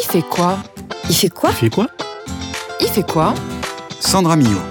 fait quoi ? Il fait quoi ? Il fait quoi ? Il fait quoi ? Sandra Millot.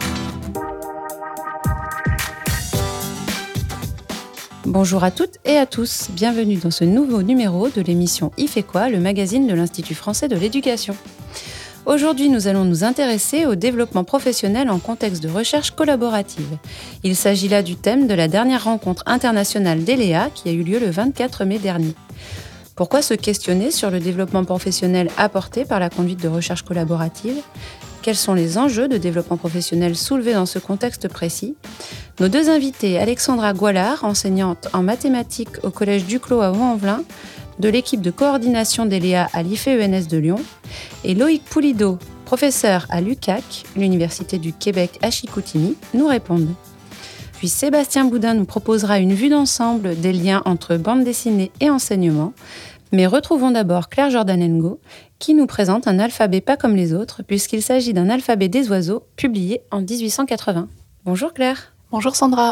Bonjour à toutes et à tous, bienvenue dans ce nouveau numéro de l'émission Il fait quoi, le magazine de l'Institut français de l'éducation. Aujourd'hui, nous allons nous intéresser au développement professionnel en contexte de recherche collaborative. Il s'agit là du thème de la dernière rencontre internationale d'ELEA qui a eu lieu le 24 mai dernier. Pourquoi se questionner sur le développement professionnel apporté par la conduite de recherche collaborative ? Quels sont les enjeux de développement professionnel soulevés dans ce contexte précis ? Nos deux invités, Alexandra Goualard, enseignante en mathématiques au Collège Duclos à Vaux-en-Velin, de l'équipe de coordination d'ELEA à l'IFE-ENS de Lyon, et Loïc Poulido, professeur à l'UQAC, l'Université du Québec à Chicoutimi, nous répondent. Puis Sébastien Boudin nous proposera une vue d'ensemble des liens entre bande dessinée et enseignement. Mais retrouvons d'abord Claire Jordanengo, qui nous présente un alphabet pas comme les autres, puisqu'il s'agit d'un alphabet des oiseaux publié en 1880. Bonjour Claire. Bonjour Sandra.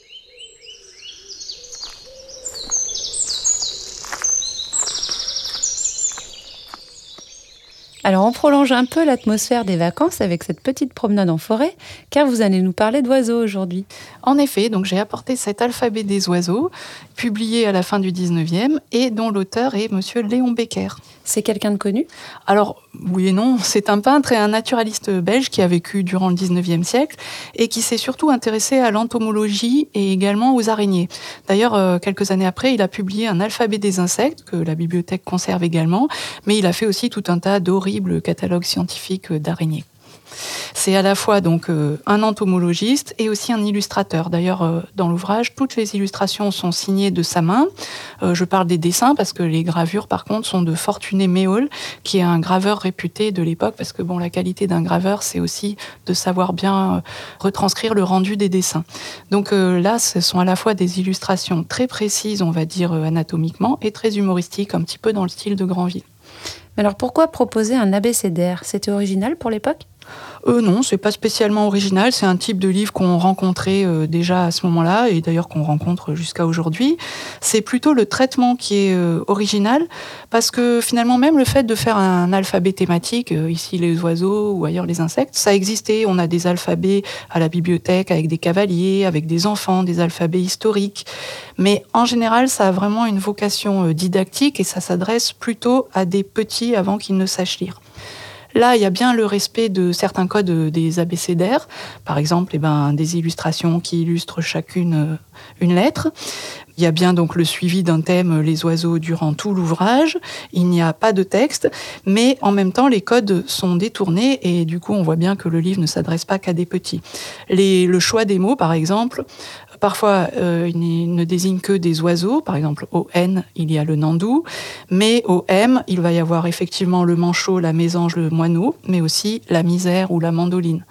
Alors on prolonge un peu l'atmosphère des vacances avec cette petite promenade en forêt, car vous allez nous parler d'oiseaux aujourd'hui. En effet, donc j'ai apporté cet alphabet des oiseaux, publié à la fin du 19e, et dont l'auteur est monsieur Léon Becker. C'est quelqu'un de connu ? Alors, oui et non, c'est un peintre et un naturaliste belge qui a vécu durant le 19e siècle et qui s'est surtout intéressé à l'entomologie et également aux araignées. D'ailleurs, quelques années après, il a publié un alphabet des insectes que la bibliothèque conserve également, mais il a fait aussi tout un tas d'horribles catalogues scientifiques d'araignées. C'est à la fois donc un entomologiste et aussi un illustrateur. D'ailleurs, dans l'ouvrage, toutes les illustrations sont signées de sa main. Je parle des dessins parce que les gravures, par contre, sont de Fortuné Méhol, qui est un graveur réputé de l'époque, parce que la qualité d'un graveur, c'est aussi de savoir bien retranscrire le rendu des dessins. Donc là, ce sont à la fois des illustrations très précises, on va dire anatomiquement, et très humoristiques, un petit peu dans le style de Granville. Mais alors pourquoi proposer un abécédaire ? C'était original pour l'époque ? Non, c'est pas spécialement original. C'est un type de livre qu'on rencontrait déjà à ce moment-là, et d'ailleurs qu'on rencontre jusqu'à aujourd'hui. C'est plutôt le traitement qui est original, parce que finalement, même le fait de faire un alphabet thématique, ici les oiseaux ou ailleurs les insectes, ça existait. On a des alphabets à la bibliothèque avec des cavaliers, avec des enfants, des alphabets historiques. Mais en général, ça a vraiment une vocation didactique et ça s'adresse plutôt à des petits avant qu'ils ne sachent lire. Là, il y a bien le respect de certains codes des abécédaires, par exemple des illustrations qui illustrent chacune une lettre. Il y a bien donc le suivi d'un thème, les oiseaux, durant tout l'ouvrage. Il n'y a pas de texte, mais en même temps, les codes sont détournés et du coup, on voit bien que le livre ne s'adresse pas qu'à des petits. Le choix des mots, par exemple, parfois, il ne désigne que des oiseaux. Par exemple, au N, il y a le nandou, mais au M, il va y avoir effectivement le manchot, la mésange, le moineau, mais aussi la misère ou la mandoline.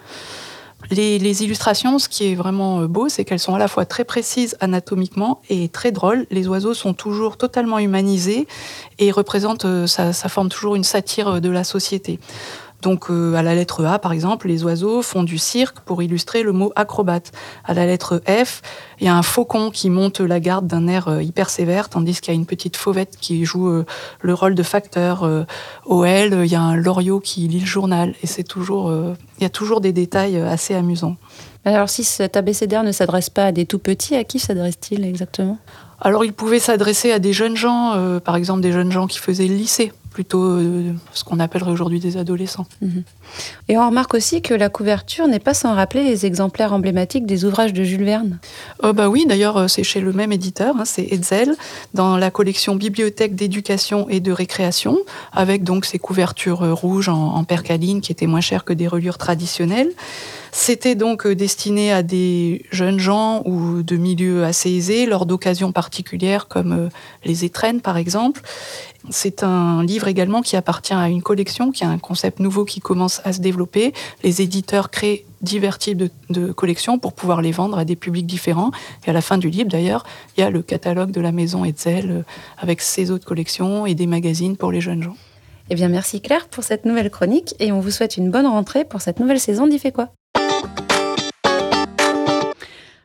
Les illustrations, ce qui est vraiment beau, c'est qu'elles sont à la fois très précises anatomiquement et très drôles. Les oiseaux sont toujours totalement humanisés et représentent, ça forme toujours une satire de la société. Donc à la lettre A, par exemple, les oiseaux font du cirque pour illustrer le mot acrobate. À la lettre F, il y a un faucon qui monte la garde d'un air hyper sévère, tandis qu'il y a une petite fauvette qui joue le rôle de facteur. Au L, il y a un loriot qui lit le journal. Et il y a toujours des détails assez amusants. Alors si cet abécédaire ne s'adresse pas à des tout-petits, à qui s'adresse-t-il exactement ? Alors il pouvait s'adresser à des jeunes gens, par exemple des jeunes gens qui faisaient le lycée. Plutôt ce qu'on appellerait aujourd'hui des adolescents. Et on remarque aussi que la couverture n'est pas sans rappeler les exemplaires emblématiques des ouvrages de Jules Verne. Oui, d'ailleurs, c'est chez le même éditeur, c'est Hetzel, dans la collection Bibliothèque d'éducation et de récréation, avec donc ces couvertures rouges en percaline qui étaient moins chères que des reliures traditionnelles. C'était donc destiné à des jeunes gens ou de milieux assez aisés, lors d'occasions particulières comme les étrennes, par exemple. C'est un livre également qui appartient à une collection, qui a un concept nouveau qui commence à se développer. Les éditeurs créent divers types de collections pour pouvoir les vendre à des publics différents. Et à la fin du livre, d'ailleurs, il y a le catalogue de la maison Hetzel avec ses autres collections et des magazines pour les jeunes gens. Eh bien, merci Claire pour cette nouvelle chronique et on vous souhaite une bonne rentrée pour cette nouvelle saison d'Il fait quoi ?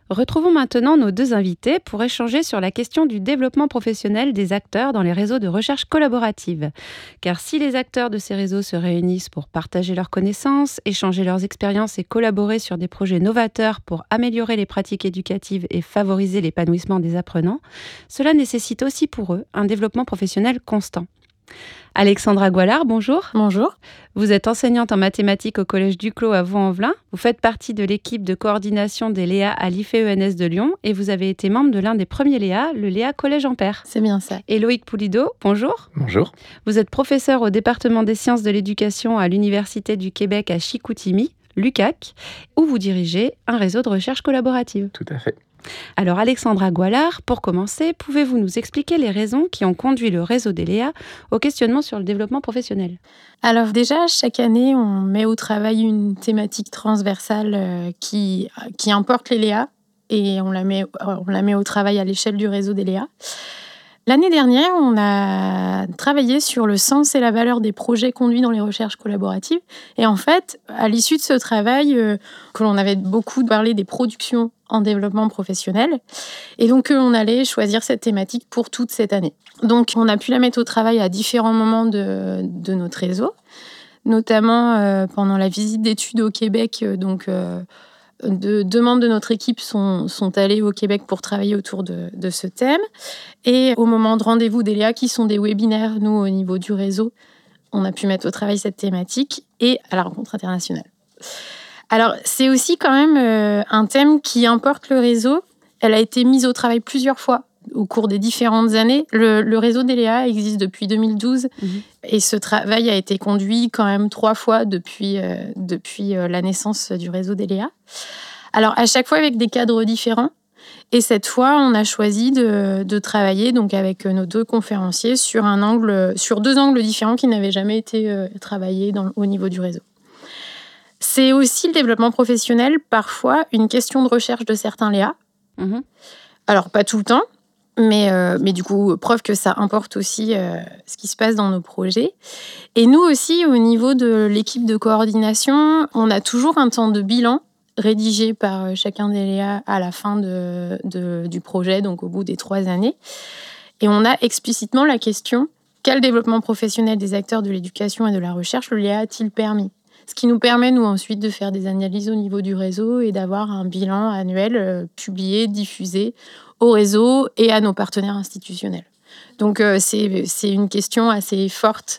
Retrouvons maintenant nos deux invités pour échanger sur la question du développement professionnel des acteurs dans les réseaux de recherche collaborative. Car si les acteurs de ces réseaux se réunissent pour partager leurs connaissances, échanger leurs expériences et collaborer sur des projets novateurs pour améliorer les pratiques éducatives et favoriser l'épanouissement des apprenants, cela nécessite aussi pour eux un développement professionnel constant. Alexandra Goualard, bonjour. Bonjour. Vous êtes enseignante en mathématiques au Collège Duclos à Vaux-en-Velin. Vous faites partie de l'équipe de coordination des Léa à l'IFE-ENS de Lyon et vous avez été membre de l'un des premiers Léa, le Léa Collège Ampère. C'est bien ça. Et Loïc Poulido, bonjour. Bonjour. Vous êtes professeur au département des sciences de l'éducation à l'Université du Québec à Chicoutimi, l'UQAC, où vous dirigez un réseau de recherche collaborative. Tout à fait. Alors Alexandra Goualard, pour commencer, pouvez-vous nous expliquer les raisons qui ont conduit le réseau des Léa au questionnement sur le développement professionnel ? Alors déjà, chaque année, on met au travail une thématique transversale qui importe les Léa et on la met au travail à l'échelle du réseau des Léa. L'année dernière, on a travaillé sur le sens et la valeur des projets conduits dans les recherches collaboratives. Et en fait, à l'issue de ce travail, que l'on avait beaucoup parlé des productions en développement professionnel, et donc on allait choisir cette thématique pour toute cette année. Donc on a pu la mettre au travail à différents moments de notre réseau, notamment pendant la visite d'études au Québec. Deux membres de notre équipe sont allés au Québec pour travailler autour de ce thème. Et au moment de rendez-vous des Léa, qui sont des webinaires, nous, au niveau du réseau, on a pu mettre au travail cette thématique et à la rencontre internationale. Alors, c'est aussi quand même un thème qui importe le réseau. Elle a été mise au travail plusieurs fois au cours des différentes années. Le réseau des Léa existe depuis 2012 et ce travail a été conduit quand même 3 fois depuis la naissance du réseau des Léa. Alors, à chaque fois avec des cadres différents. Et cette fois, on a choisi de travailler donc avec nos 2 conférenciers sur 2 angles différents qui n'avaient jamais été travaillés au niveau du réseau. C'est aussi le développement professionnel, parfois une question de recherche de certains Léa. Alors, pas tout le temps, mais du coup, preuve que ça importe aussi ce qui se passe dans nos projets. Et nous aussi, au niveau de l'équipe de coordination, on a toujours un temps de bilan rédigé par chacun des Léa à la fin du projet, donc au bout des 3 années. Et on a explicitement la question: quel développement professionnel des acteurs de l'éducation et de la recherche le Léa a-t-il permis ? Ce qui nous permet, nous, ensuite, de faire des analyses au niveau du réseau et d'avoir un bilan annuel publié, diffusé au réseau et à nos partenaires institutionnels. Donc, c'est une question assez forte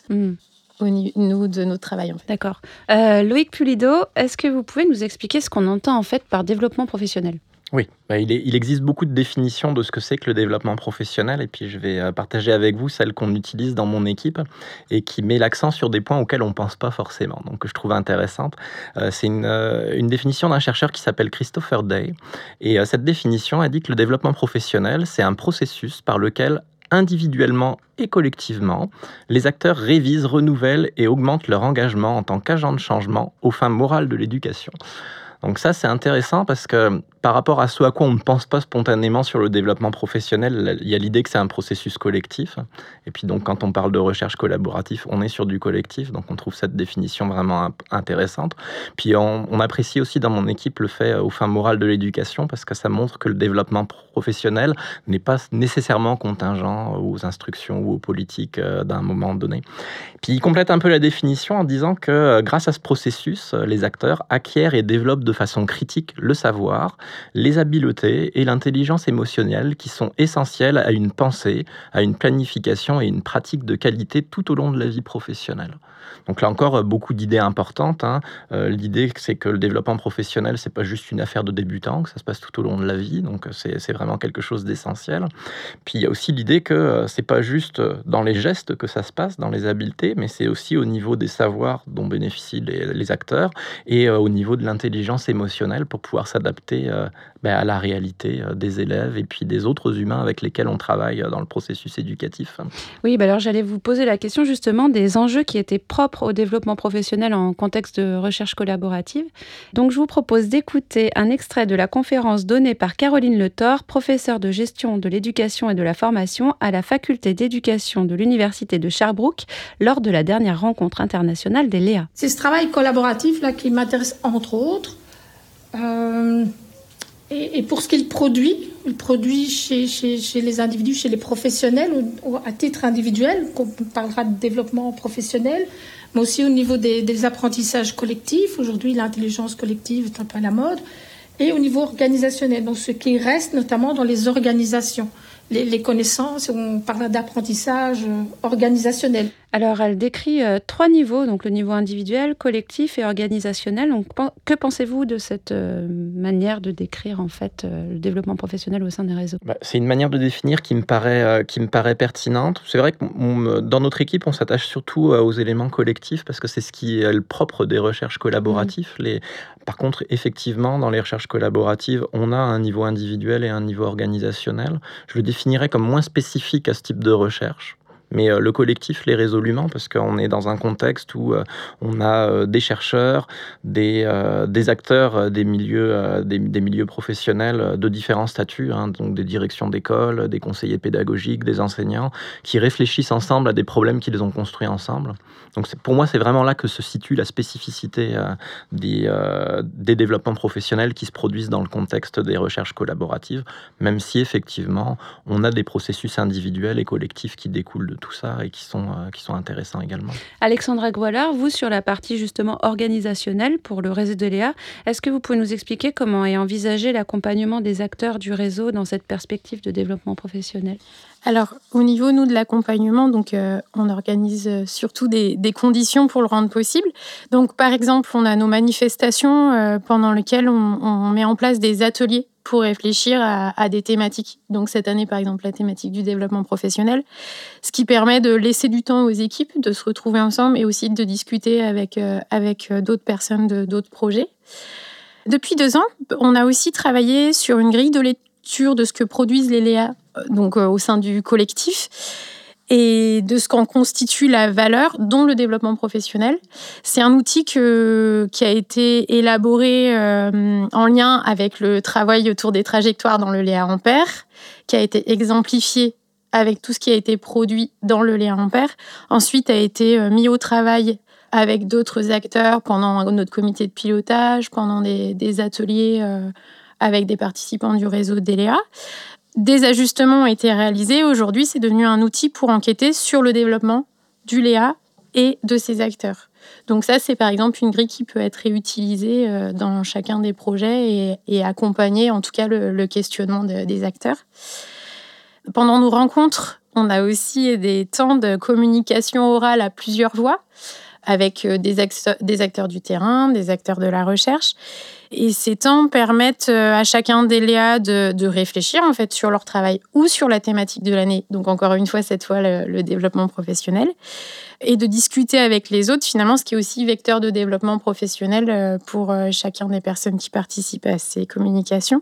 de notre travail. En fait. D'accord. Loïc Poulido, est-ce que vous pouvez nous expliquer ce qu'on entend en fait par développement professionnel ? Oui, il existe beaucoup de définitions de ce que c'est que le développement professionnel et puis je vais partager avec vous celle qu'on utilise dans mon équipe et qui met l'accent sur des points auxquels on ne pense pas forcément, donc que je trouve intéressante. C'est une définition d'un chercheur qui s'appelle Christopher Day et cette définition a dit que le développement professionnel, c'est un processus par lequel individuellement et collectivement, les acteurs révisent, renouvellent et augmentent leur engagement en tant qu'agents de changement aux fins morales de l'éducation. Donc ça, c'est intéressant parce que par rapport à ce à quoi on ne pense pas spontanément sur le développement professionnel, il y a l'idée que c'est un processus collectif. Et puis donc, quand on parle de recherche collaborative, on est sur du collectif. Donc, on trouve cette définition vraiment intéressante. Puis, on apprécie aussi dans mon équipe le fait aux fins morales de l'éducation parce que ça montre que le développement professionnel n'est pas nécessairement contingent aux instructions ou aux politiques d'un moment donné. Puis, il complète un peu la définition en disant que grâce à ce processus, les acteurs acquièrent et développent de façon critique le savoir, les habiletés et l'intelligence émotionnelle qui sont essentielles à une pensée, à une planification et une pratique de qualité tout au long de la vie professionnelle. Donc là encore, beaucoup d'idées importantes. L'idée, c'est que le développement professionnel, c'est pas juste une affaire de débutants, que ça se passe tout au long de la vie. Donc c'est vraiment quelque chose d'essentiel. Puis il y a aussi l'idée que c'est pas juste dans les gestes que ça se passe, dans les habiletés, mais c'est aussi au niveau des savoirs dont bénéficient les acteurs et au niveau de l'intelligence émotionnelle pour pouvoir s'adapter à la réalité des élèves et puis des autres humains avec lesquels on travaille dans le processus éducatif. Oui, alors j'allais vous poser la question justement des enjeux qui étaient propres au développement professionnel en contexte de recherche collaborative. Donc je vous propose d'écouter un extrait de la conférence donnée par Caroline Le Thor, professeure de gestion de l'éducation et de la formation à la faculté d'éducation de l'université de Sherbrooke lors de la dernière rencontre internationale des Léa. C'est ce travail collaboratif là qui m'intéresse entre autres. Et pour ce qu'il produit chez les individus, chez les professionnels, à titre individuel, on parlera de développement professionnel, mais aussi au niveau des apprentissages collectifs. Aujourd'hui, l'intelligence collective est un peu à la mode. Et au niveau organisationnel, donc ce qui reste notamment dans les organisations. Les connaissances, on parle d'apprentissage organisationnel. Alors, elle décrit 3 niveaux, donc le niveau individuel, collectif et organisationnel. Donc, que pensez-vous de cette manière de décrire en fait le développement professionnel au sein des réseaux ? C'est une manière de définir qui me paraît pertinente. C'est vrai que dans notre équipe, on s'attache surtout aux éléments collectifs parce que c'est ce qui est le propre des recherches collaboratives. Par contre, effectivement, dans les recherches collaboratives, on a un niveau individuel et un niveau organisationnel. Je le définirais comme moins spécifique à ce type de recherche. Mais le collectif l'est résolument parce qu'on est dans un contexte où on a des chercheurs, des acteurs des milieux professionnels de différents statuts, donc des directions d'école, des conseillers pédagogiques, des enseignants, qui réfléchissent ensemble à des problèmes qu'ils ont construits ensemble. Donc pour moi, c'est vraiment là que se situe la spécificité des développements professionnels qui se produisent dans le contexte des recherches collaboratives, même si effectivement, on a des processus individuels et collectifs qui découlent de tout ça et qui sont intéressants également. Alexandra Goualard, vous sur la partie justement organisationnelle pour le réseau de Léa, est-ce que vous pouvez nous expliquer comment est envisagé l'accompagnement des acteurs du réseau dans cette perspective de développement professionnel ? Alors, au niveau, nous, de l'accompagnement, donc, on organise surtout des conditions pour le rendre possible. Donc, par exemple, on a nos manifestations pendant lesquelles on met en place des ateliers pour réfléchir à des thématiques. Donc, cette année, par exemple, la thématique du développement professionnel, ce qui permet de laisser du temps aux équipes, de se retrouver ensemble et aussi de discuter avec d'autres personnes d'autres projets. Depuis 2 ans, on a aussi travaillé sur une grille de lecture de ce que produisent les Léa, donc au sein du collectif, et de ce qu'en constitue la valeur, dont le développement professionnel. C'est un outil qui a été élaboré en lien avec le travail autour des trajectoires dans le Léa Ampère, qui a été exemplifié avec tout ce qui a été produit dans le Léa Ampère. Ensuite, a été mis au travail avec d'autres acteurs pendant notre comité de pilotage, pendant des ateliers avec des participants du réseau des Léa. Des ajustements ont été réalisés. Aujourd'hui, c'est devenu un outil pour enquêter sur le développement du Léa et de ses acteurs. Donc ça, c'est par exemple une grille qui peut être réutilisée dans chacun des projets et accompagner en tout cas le questionnement des acteurs. Pendant nos rencontres, on a aussi des temps de communication orale à plusieurs voix avec des acteurs du terrain, des acteurs de la recherche. Et ces temps permettent à chacun des Léa de réfléchir en fait sur leur travail ou sur la thématique de l'année. Donc encore une fois, cette fois, le développement professionnel. Et de discuter avec les autres, finalement, ce qui est aussi vecteur de développement professionnel pour chacun des personnes qui participent à ces communications.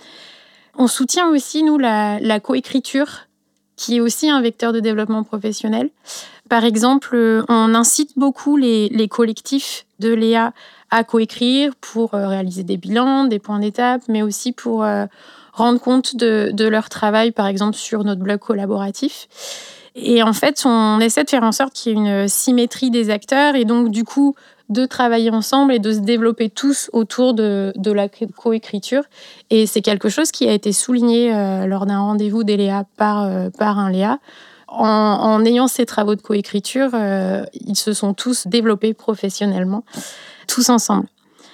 On soutient aussi, nous, la coécriture, qui est aussi un vecteur de développement professionnel. Par exemple, on incite beaucoup les collectifs de Léa à coécrire pour réaliser des bilans, des points d'étape, mais aussi pour rendre compte de leur travail, par exemple, sur notre blog collaboratif. Et en fait, on essaie de faire en sorte qu'il y ait une symétrie des acteurs et donc, du coup, de travailler ensemble et de se développer tous autour de la coécriture. Et c'est quelque chose qui a été souligné lors d'un rendez-vous des Léa par un Léa. En ayant ces travaux de coécriture, ils se sont tous développés professionnellement, tous ensemble.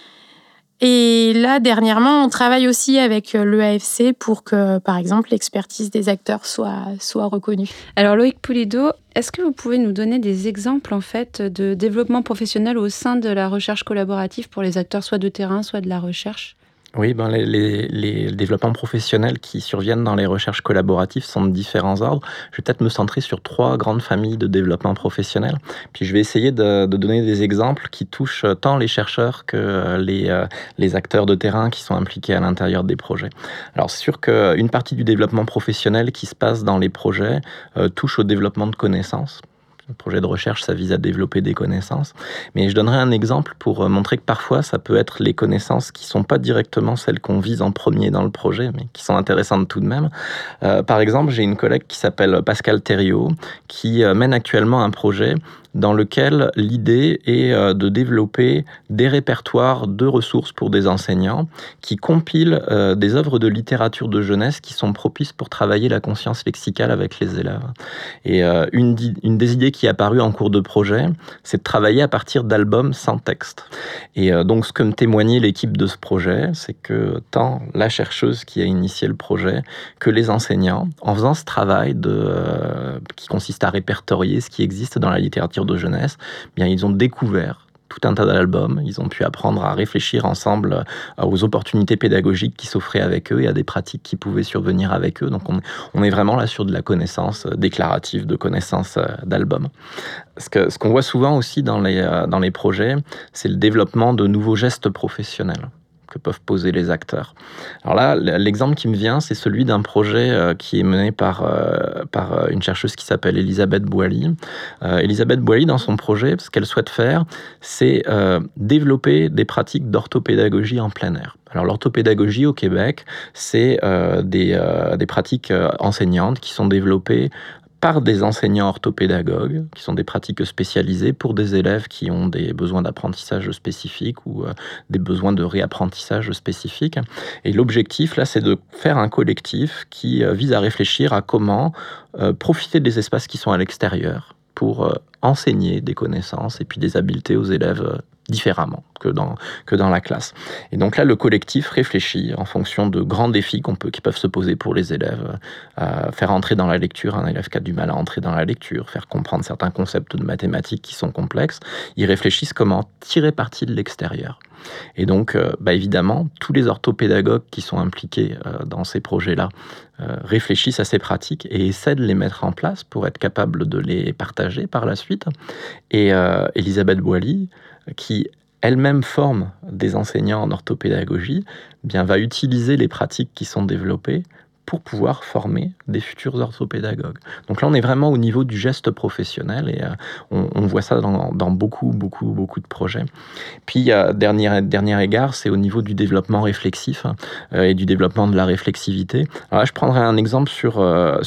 Et là, dernièrement, on travaille aussi avec l'EAFC pour que, par exemple, l'expertise des acteurs soit reconnue. Alors Loïc Poulido, est-ce que vous pouvez nous donner des exemples en fait de développement professionnel au sein de la recherche collaborative pour les acteurs soit de terrain, soit de la recherche ? Oui, les développements professionnels qui surviennent dans les recherches collaboratives sont de différents ordres. Je vais peut-être me centrer sur 3 grandes familles de développement professionnel. Puis je vais essayer de donner des exemples qui touchent tant les chercheurs que les acteurs de terrain qui sont impliqués à l'intérieur des projets. Alors c'est sûr qu'une partie du développement professionnel qui se passe dans les projets touche au développement de connaissances. Le projet de recherche, ça vise à développer des connaissances. Mais je donnerai un exemple pour montrer que parfois, ça peut être les connaissances qui ne sont pas directement celles qu'on vise en premier dans le projet, mais qui sont intéressantes tout de même. Par exemple, j'ai une collègue qui s'appelle Pascal Thériault, qui mène actuellement un projet dans lequel l'idée est de développer des répertoires de ressources pour des enseignants qui compilent des œuvres de littérature de jeunesse qui sont propices pour travailler la conscience lexicale avec les élèves. Et une des idées qui est apparue en cours de projet, c'est de travailler à partir d'albums sans texte. Et donc ce que me témoignait l'équipe de ce projet, c'est que tant la chercheuse qui a initié le projet que les enseignants, en faisant ce travail qui consiste à répertorier ce qui existe dans la littérature de jeunesse, bien ils ont découvert tout un tas d'albums, ils ont pu apprendre à réfléchir ensemble aux opportunités pédagogiques qui s'offraient avec eux et à des pratiques qui pouvaient survenir avec eux. Donc on est vraiment là sur de la connaissance déclarative, de connaissance d'albums. Ce qu'on voit souvent aussi dans les projets, c'est le développement de nouveaux gestes professionnels que peuvent poser les acteurs. Alors là, l'exemple qui me vient, c'est celui d'un projet qui est mené par une chercheuse qui s'appelle Elisabeth Boily. Elisabeth Boily, dans son projet, ce qu'elle souhaite faire, c'est développer des pratiques d'orthopédagogie en plein air. Alors l'orthopédagogie au Québec, c'est des pratiques enseignantes qui sont développées par des enseignants orthopédagogues, qui sont des pratiques spécialisées pour des élèves qui ont des besoins d'apprentissage spécifiques ou des besoins de réapprentissage spécifiques. Et l'objectif, là, c'est de faire un collectif qui vise à réfléchir à comment profiter des espaces qui sont à l'extérieur pour enseigner des connaissances et puis des habiletés aux élèves différemment que dans la classe. Et donc là, le collectif réfléchit en fonction de grands défis qui peuvent se poser pour les élèves. Faire entrer dans la lecture un élève qui a du mal à entrer dans la lecture, faire comprendre certains concepts de mathématiques qui sont complexes. Ils réfléchissent comment tirer parti de l'extérieur. Et donc, évidemment, tous les orthopédagogues qui sont impliqués dans ces projets-là réfléchissent à ces pratiques et essaient de les mettre en place pour être capables de les partager par la suite. Et Elisabeth Boily, qui elle-même forme des enseignants en orthopédagogie, bien, va utiliser les pratiques qui sont développées pour pouvoir former des futurs orthopédagogues. Donc là, on est vraiment au niveau du geste professionnel et on voit ça dans beaucoup de projets. Puis, dernier égard, c'est au niveau du développement réflexif et du développement de la réflexivité. Alors là, je prendrai un exemple sur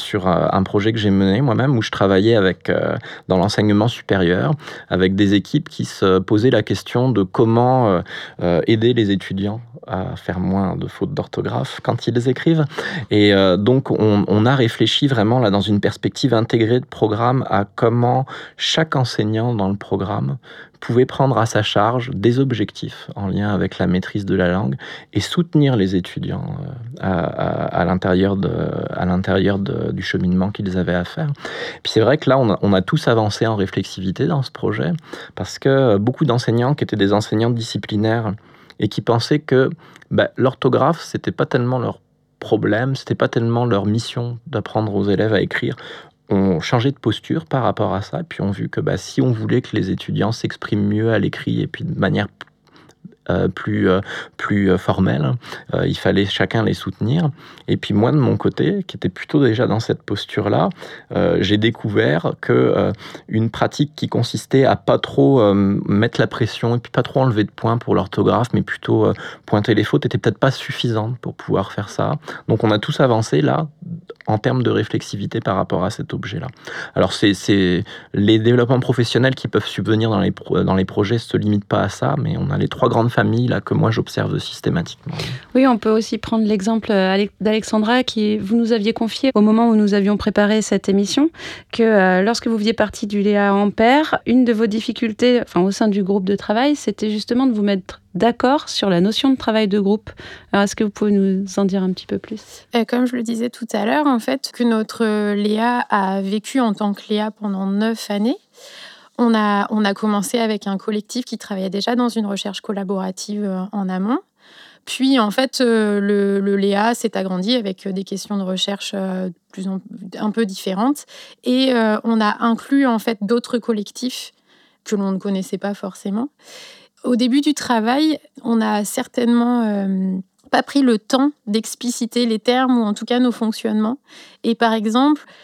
un projet que j'ai mené moi-même où je travaillais dans l'enseignement supérieur avec des équipes qui se posaient la question de comment aider les étudiants à faire moins de fautes d'orthographe quand ils écrivent. Et donc, on a réfléchi vraiment là dans une perspective intégrée de programme à comment chaque enseignant dans le programme pouvait prendre à sa charge des objectifs en lien avec la maîtrise de la langue et soutenir les étudiants à l'intérieur du cheminement qu'ils avaient à faire. Puis c'est vrai que là, on a tous avancé en réflexivité dans ce projet parce que beaucoup d'enseignants qui étaient des enseignants disciplinaires et qui pensaient que l'orthographe, c'était pas tellement leur problème, c'était pas tellement leur mission d'apprendre aux élèves à écrire, ont changé de posture par rapport à ça, et puis ont vu que si on voulait que les étudiants s'expriment mieux à l'écrit et puis de manière plus formelle, il fallait chacun les soutenir. Et puis moi, de mon côté, qui était plutôt déjà dans cette posture-là, j'ai découvert que une pratique qui consistait à pas trop mettre la pression et puis pas trop enlever de points pour l'orthographe, mais plutôt pointer les fautes, était peut-être pas suffisante pour pouvoir faire ça. Donc on a tous avancé là en termes de réflexivité par rapport à cet objet-là. Alors c'est les développements professionnels qui peuvent subvenir dans les projets se limitent pas à ça, mais on a les trois grandes familles là que moi j'observe systématiquement. Oui, on peut aussi prendre l'exemple d'Alexandra qui vous nous aviez confié au moment où nous avions préparé cette émission que lorsque vous faisiez partie du Léa Ampère, une de vos difficultés au sein du groupe de travail, c'était justement de vous mettre d'accord sur la notion de travail de groupe. Alors, est-ce que vous pouvez nous en dire un petit peu plus ? Comme je le disais tout à l'heure, en fait, que notre Léa a vécu en tant que Léa pendant 9 années. On a commencé avec un collectif qui travaillait déjà dans une recherche collaborative en amont. Puis, en fait, le Léa s'est agrandi avec des questions de recherche un peu différentes. Et on a inclus, en fait, d'autres collectifs que l'on ne connaissait pas forcément. Au début du travail, on n'a certainement pas pris le temps d'expliciter les termes ou en tout cas nos fonctionnements. Et par exemple,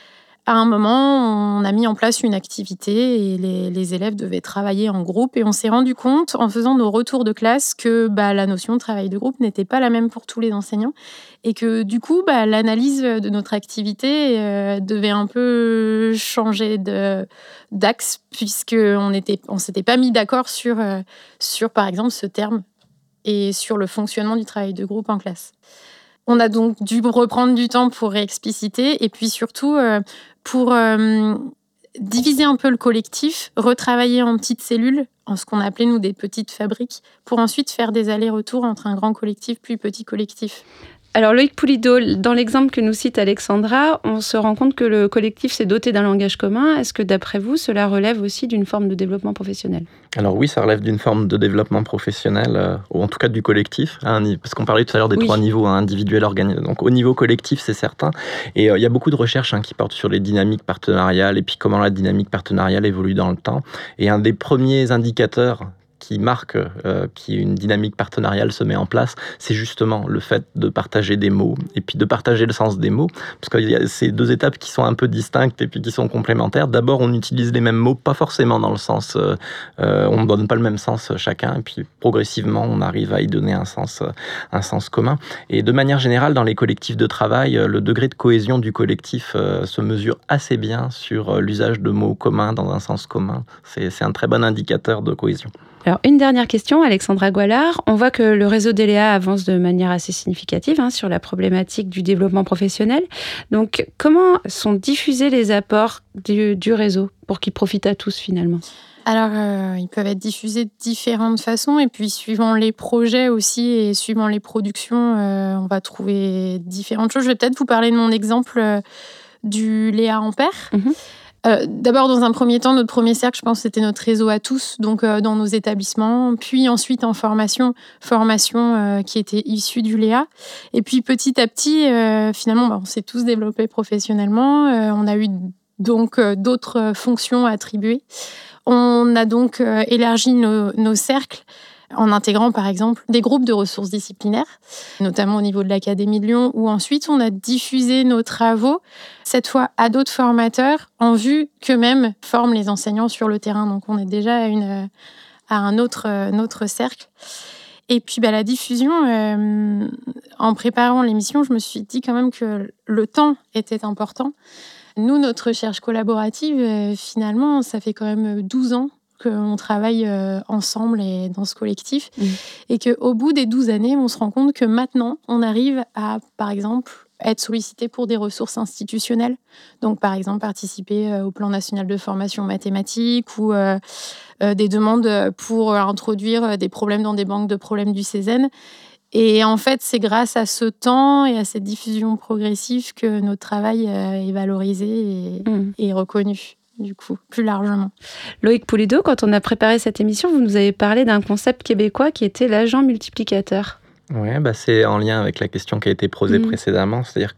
À un moment, on a mis en place une activité et les élèves devaient travailler en groupe. Et on s'est rendu compte, en faisant nos retours de classe, que la notion de travail de groupe n'était pas la même pour tous les enseignants. Et que du coup, l'analyse de notre activité devait un peu changer d'axe, puisqu'on ne s'était pas mis d'accord sur, par exemple, ce terme et sur le fonctionnement du travail de groupe en classe. On a donc dû reprendre du temps pour réexpliciter et puis surtout pour diviser un peu le collectif, retravailler en petites cellules, en ce qu'on appelait nous des petites fabriques, pour ensuite faire des allers-retours entre un grand collectif puis petit collectif. Alors Loïc Poulideau, dans l'exemple que nous cite Alexandra, on se rend compte que le collectif s'est doté d'un langage commun. Est-ce que d'après vous, cela relève aussi d'une forme de développement professionnel ? Alors oui, ça relève d'une forme de développement professionnel, ou en tout cas du collectif, parce qu'on parlait tout à l'heure des 3 niveaux, individuel, organisé. Donc au niveau collectif, c'est certain. Et il y a beaucoup de recherches qui portent sur les dynamiques partenariales et puis comment la dynamique partenariale évolue dans le temps. Et un des premiers indicateurs qui marque qu'une dynamique partenariale se met en place, c'est justement le fait de partager des mots et puis de partager le sens des mots, parce qu'il y a ces 2 étapes qui sont un peu distinctes et puis qui sont complémentaires. D'abord, on utilise les mêmes mots, pas forcément dans le sens, on ne donne pas le même sens chacun, et puis progressivement, on arrive à y donner un sens commun. Et de manière générale, dans les collectifs de travail, le degré de cohésion du collectif se mesure assez bien sur l'usage de mots communs dans un sens commun. C'est un très bon indicateur de cohésion. Alors, une dernière question, Alexandra Goualard. On voit que le réseau d'ELEA avance de manière assez significative sur la problématique du développement professionnel. Donc, comment sont diffusés les apports du réseau pour qu'ils profitent à tous finalement ? Alors, ils peuvent être diffusés de différentes façons. Et puis, suivant les projets aussi et suivant les productions, on va trouver différentes choses. Je vais peut-être vous parler de mon exemple du Léa Ampère. D'abord, dans un premier temps, notre premier cercle, je pense, c'était notre réseau à tous, donc dans nos établissements, puis ensuite en formation qui était issue du Léa. Et puis petit à petit, finalement, on s'est tous développés professionnellement. On a eu donc d'autres fonctions attribuées. On a donc élargi nos cercles en intégrant par exemple des groupes de ressources disciplinaires, notamment au niveau de l'Académie de Lyon, où ensuite on a diffusé nos travaux, cette fois à d'autres formateurs, en vue qu'eux-mêmes forment les enseignants sur le terrain. Donc on est déjà à un autre cercle. Et puis la diffusion, en préparant l'émission, je me suis dit quand même que le temps était important. Nous, notre recherche collaborative, finalement, ça fait quand même 12 ans qu'on travaille ensemble et dans ce collectif. Et qu'au bout des 12 années, on se rend compte que maintenant, on arrive à, par exemple, être sollicité pour des ressources institutionnelles. Donc, par exemple, participer au plan national de formation mathématiques ou des demandes pour introduire des problèmes dans des banques de problèmes du Cézanne. Et en fait, c'est grâce à ce temps et à cette diffusion progressive que notre travail est valorisé et reconnu. Du coup, plus largement. Loïc Poulideau, quand on a préparé cette émission, vous nous avez parlé d'un concept québécois qui était l'agent multiplicateur. Oui, c'est en lien avec la question qui a été posée précédemment. C'est-à-dire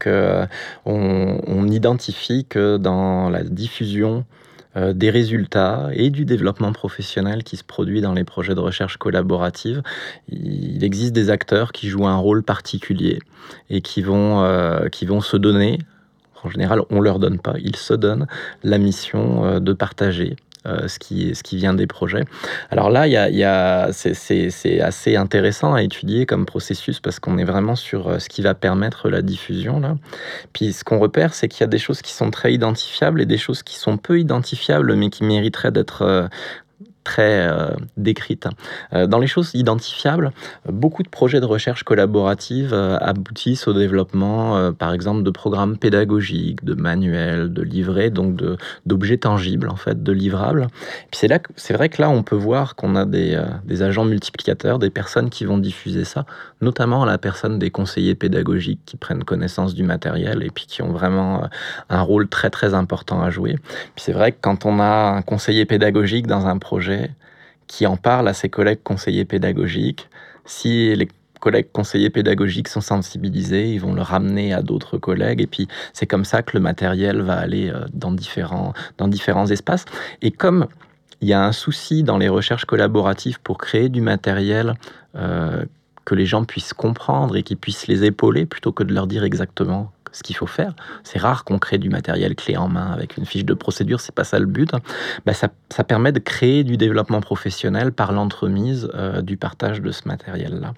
qu'on identifie que dans la diffusion des résultats et du développement professionnel qui se produit dans les projets de recherche collaborative, il existe des acteurs qui jouent un rôle particulier et qui vont se donner. En général, on ne leur donne pas, ils se donnent la mission de partager ce qui vient des projets. Alors là, c'est assez intéressant à étudier comme processus parce qu'on est vraiment sur ce qui va permettre la diffusion. Là. Puis ce qu'on repère, c'est qu'il y a des choses qui sont très identifiables et des choses qui sont peu identifiables, mais qui mériteraient d'être très décrite. Dans les choses identifiables, beaucoup de projets de recherche collaborative aboutissent au développement, par exemple, de programmes pédagogiques, de manuels, de livrets, donc d'objets tangibles, en fait, de livrables. Puis c'est vrai que là, on peut voir qu'on a des agents multiplicateurs, des personnes qui vont diffuser ça, notamment la personne des conseillers pédagogiques qui prennent connaissance du matériel et puis qui ont vraiment un rôle très, très important à jouer. Puis c'est vrai que quand on a un conseiller pédagogique dans un projet qui en parle à ses collègues conseillers pédagogiques, si les collègues conseillers pédagogiques sont sensibilisés, ils vont le ramener à d'autres collègues et puis c'est comme ça que le matériel va aller dans différents espaces. Et comme il y a un souci dans les recherches collaboratives pour créer du matériel que les gens puissent comprendre et qu'ils puissent les épauler plutôt que de leur dire exactement ce qu'il faut faire. C'est rare qu'on crée du matériel clé en main avec une fiche de procédure, c'est pas ça le but. Ça permet de créer du développement professionnel par l'entremise du partage de ce matériel-là.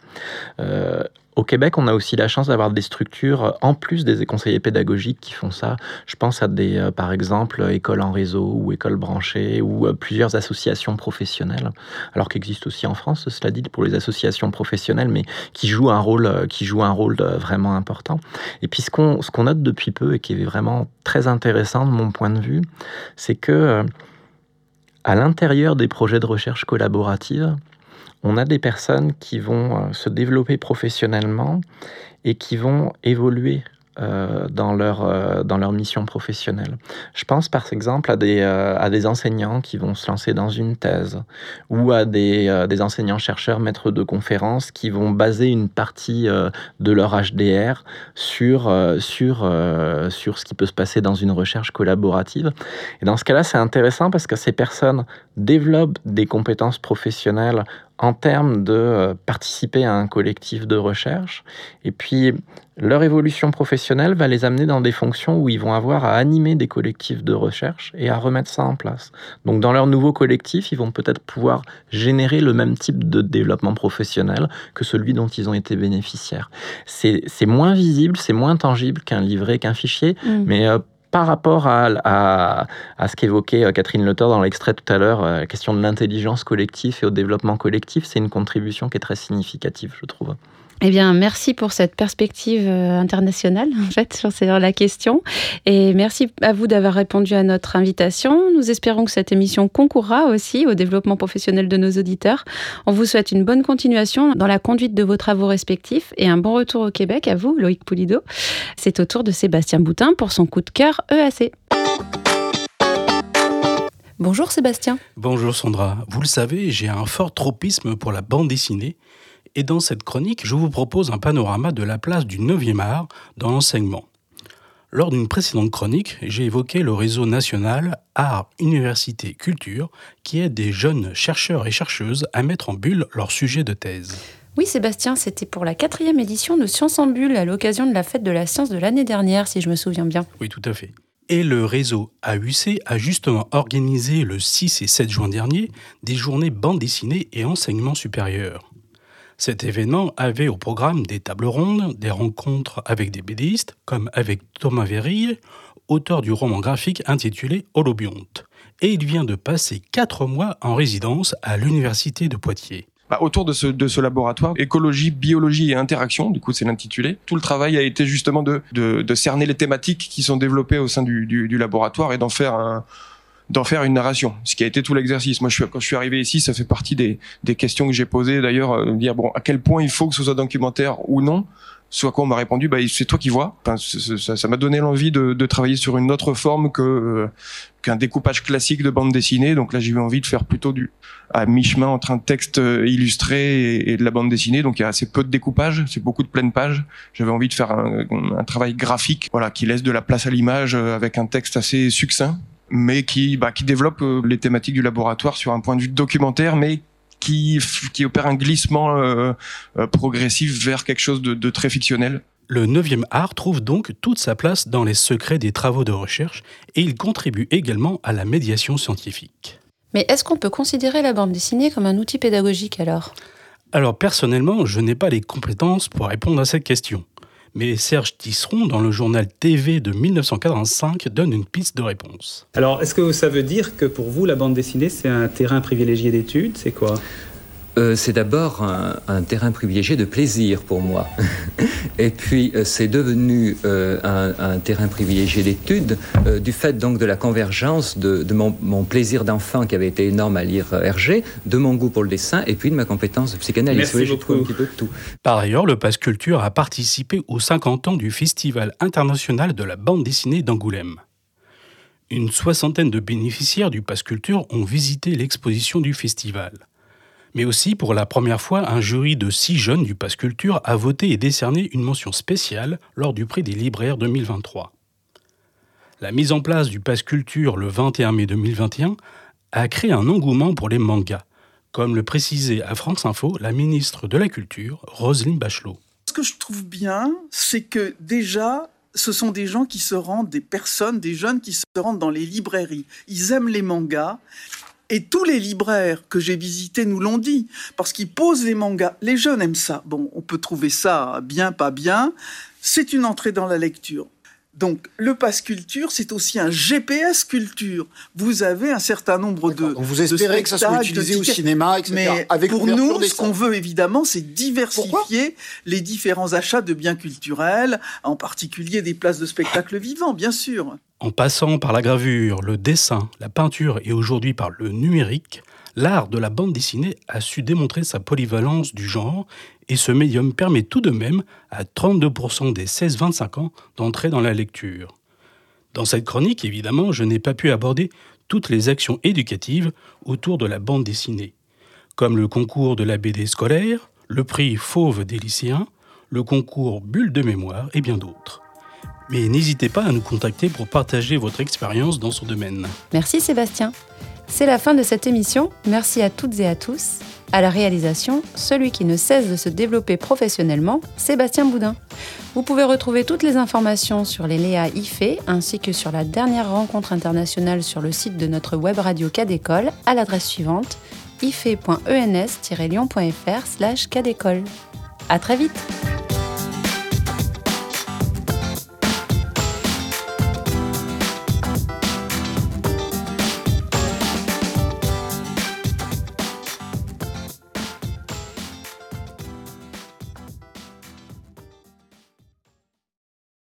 Au Québec, on a aussi la chance d'avoir des structures, en plus des conseillers pédagogiques qui font ça. Je pense à par exemple, écoles en réseau ou écoles branchées ou plusieurs associations professionnelles, alors qu'existe aussi en France, cela dit, pour les associations professionnelles, mais qui jouent un rôle vraiment important. Et puis, ce qu'on note depuis peu et qui est vraiment très intéressant de mon point de vue, c'est que à l'intérieur des projets de recherche collaborative, on a des personnes qui vont se développer professionnellement et qui vont évoluer dans leur mission professionnelle. Je pense par exemple à des enseignants qui vont se lancer dans une thèse ou à des enseignants-chercheurs maîtres de conférences qui vont baser une partie de leur HDR sur ce qui peut se passer dans une recherche collaborative. Et dans ce cas-là, c'est intéressant parce que ces personnes développent des compétences professionnelles en termes de participer à un collectif de recherche. Et puis, leur évolution professionnelle va les amener dans des fonctions où ils vont avoir à animer des collectifs de recherche et à remettre ça en place. Donc, dans leur nouveau collectif, ils vont peut-être pouvoir générer le même type de développement professionnel que celui dont ils ont été bénéficiaires. C'est moins visible, c'est moins tangible qu'un livret, qu'un fichier, mais par rapport à ce qu'évoquait Catherine Le Thor dans l'extrait tout à l'heure, la question de l'intelligence collective et au développement collectif, c'est une contribution qui est très significative, je trouve. Eh bien, merci pour cette perspective internationale, en fait, sur la question. Et merci à vous d'avoir répondu à notre invitation. Nous espérons que cette émission concourra aussi au développement professionnel de nos auditeurs. On vous souhaite une bonne continuation dans la conduite de vos travaux respectifs et un bon retour au Québec à vous, Loïc Poulido. C'est au tour de Sébastien Boutin pour son coup de cœur EAC. Bonjour Sébastien. Bonjour Sandra. Vous le savez, j'ai un fort tropisme pour la bande dessinée. Et dans cette chronique, je vous propose un panorama de la place du 9e art dans l'enseignement. Lors d'une précédente chronique, j'ai évoqué le réseau national Art, Université, Culture, qui aide des jeunes chercheurs et chercheuses à mettre en bulle leur sujet de thèse. Oui Sébastien, c'était pour la 4e édition de Science en Bulle à l'occasion de la fête de la science de l'année dernière, si je me souviens bien. Oui, tout à fait. Et le réseau AUC a justement organisé le 6 et 7 juin dernier des journées bande dessinée et enseignement supérieur. Cet événement avait au programme des tables rondes, des rencontres avec des BDistes, comme avec Thomas Vérille, auteur du roman graphique intitulé Holobionte. Et il vient de passer 4 mois en résidence à l'université de Poitiers. Autour de ce laboratoire, écologie, biologie et interaction, du coup c'est l'intitulé, tout le travail a été justement de cerner les thématiques qui sont développées au sein du laboratoire et d'en faire une narration, ce qui a été tout l'exercice. Moi, quand je suis arrivé ici, ça fait partie des questions que j'ai posées d'ailleurs, dire à quel point il faut que ce soit documentaire ou non. Ce à quoi on m'a répondu, c'est toi qui vois. Enfin, ça m'a donné l'envie de travailler sur une autre forme qu'un découpage classique de bande dessinée. Donc là, j'ai eu envie de faire plutôt à mi-chemin entre un texte illustré et de la bande dessinée. Donc il y a assez peu de découpage, c'est beaucoup de pleines pages. J'avais envie de faire un travail graphique, qui laisse de la place à l'image avec un texte assez succinct, mais qui développe les thématiques du laboratoire sur un point de vue documentaire, mais qui opère un glissement progressif vers quelque chose de très fictionnel. Le 9e art trouve donc toute sa place dans les secrets des travaux de recherche et il contribue également à la médiation scientifique. Mais est-ce qu'on peut considérer la bande dessinée comme un outil pédagogique alors ? Alors personnellement, je n'ai pas les compétences pour répondre à cette question. Mais Serge Tisseron, dans le journal TV de 1985, donne une piste de réponse. Alors, est-ce que ça veut dire que pour vous, la bande dessinée, c'est un terrain privilégié d'études ? C'est quoi ? C'est d'abord un terrain privilégié de plaisir pour moi. Et puis, c'est devenu un terrain privilégié d'études du fait donc de la convergence de mon plaisir d'enfant qui avait été énorme à lire Hergé, de mon goût pour le dessin et puis de ma compétence de psychanalyste. Merci beaucoup. Un petit peu de tout. Par ailleurs, le Pass Culture a participé aux 50 ans du Festival international de la bande dessinée d'Angoulême. Une 60aine de bénéficiaires du Pass Culture ont visité l'exposition du festival. Mais aussi, pour la première fois, un jury de 6 jeunes du Pass Culture a voté et décerné une mention spéciale lors du prix des libraires 2023. La mise en place du Pass Culture le 21 mai 2021 a créé un engouement pour les mangas, comme le précisait à France Info la ministre de la Culture, Roselyne Bachelot. Ce que je trouve bien, c'est que déjà, ce sont des gens qui se rendent, des personnes, des jeunes qui se rendent dans les librairies. Ils aiment les mangas. Et tous les libraires que j'ai visités nous l'ont dit, parce qu'ils posent les mangas. Les jeunes aiment ça. Bon, on peut trouver ça bien, pas bien. C'est une entrée dans la lecture. Donc, le Pass Culture, c'est aussi un GPS culture. Vous avez un certain nombre de vous espérez que ça soit utilisé au cinéma, etc. Mais avec pour nous, ce qu'on veut évidemment, c'est diversifier les différents achats de biens culturels, en particulier des places de spectacle vivant, bien sûr. En passant par la gravure, le dessin, la peinture et aujourd'hui par le numérique, l'art de la bande dessinée a su démontrer sa polyvalence du genre et ce médium permet tout de même à 32% des 16-25 ans d'entrer dans la lecture. Dans cette chronique, évidemment, je n'ai pas pu aborder toutes les actions éducatives autour de la bande dessinée, comme le concours de la BD scolaire, le prix Fauve des lycéens, le concours Bulle de mémoire et bien d'autres. Mais n'hésitez pas à nous contacter pour partager votre expérience dans ce domaine. Merci Sébastien. C'est la fin de cette émission. Merci à toutes et à tous. À la réalisation, celui qui ne cesse de se développer professionnellement, Sébastien Boudin. Vous pouvez retrouver toutes les informations sur les Léa IFE ainsi que sur la dernière rencontre internationale sur le site de notre web radio Cadécole à l'adresse suivante ife.ens-lyon.fr/cadécole. À très vite.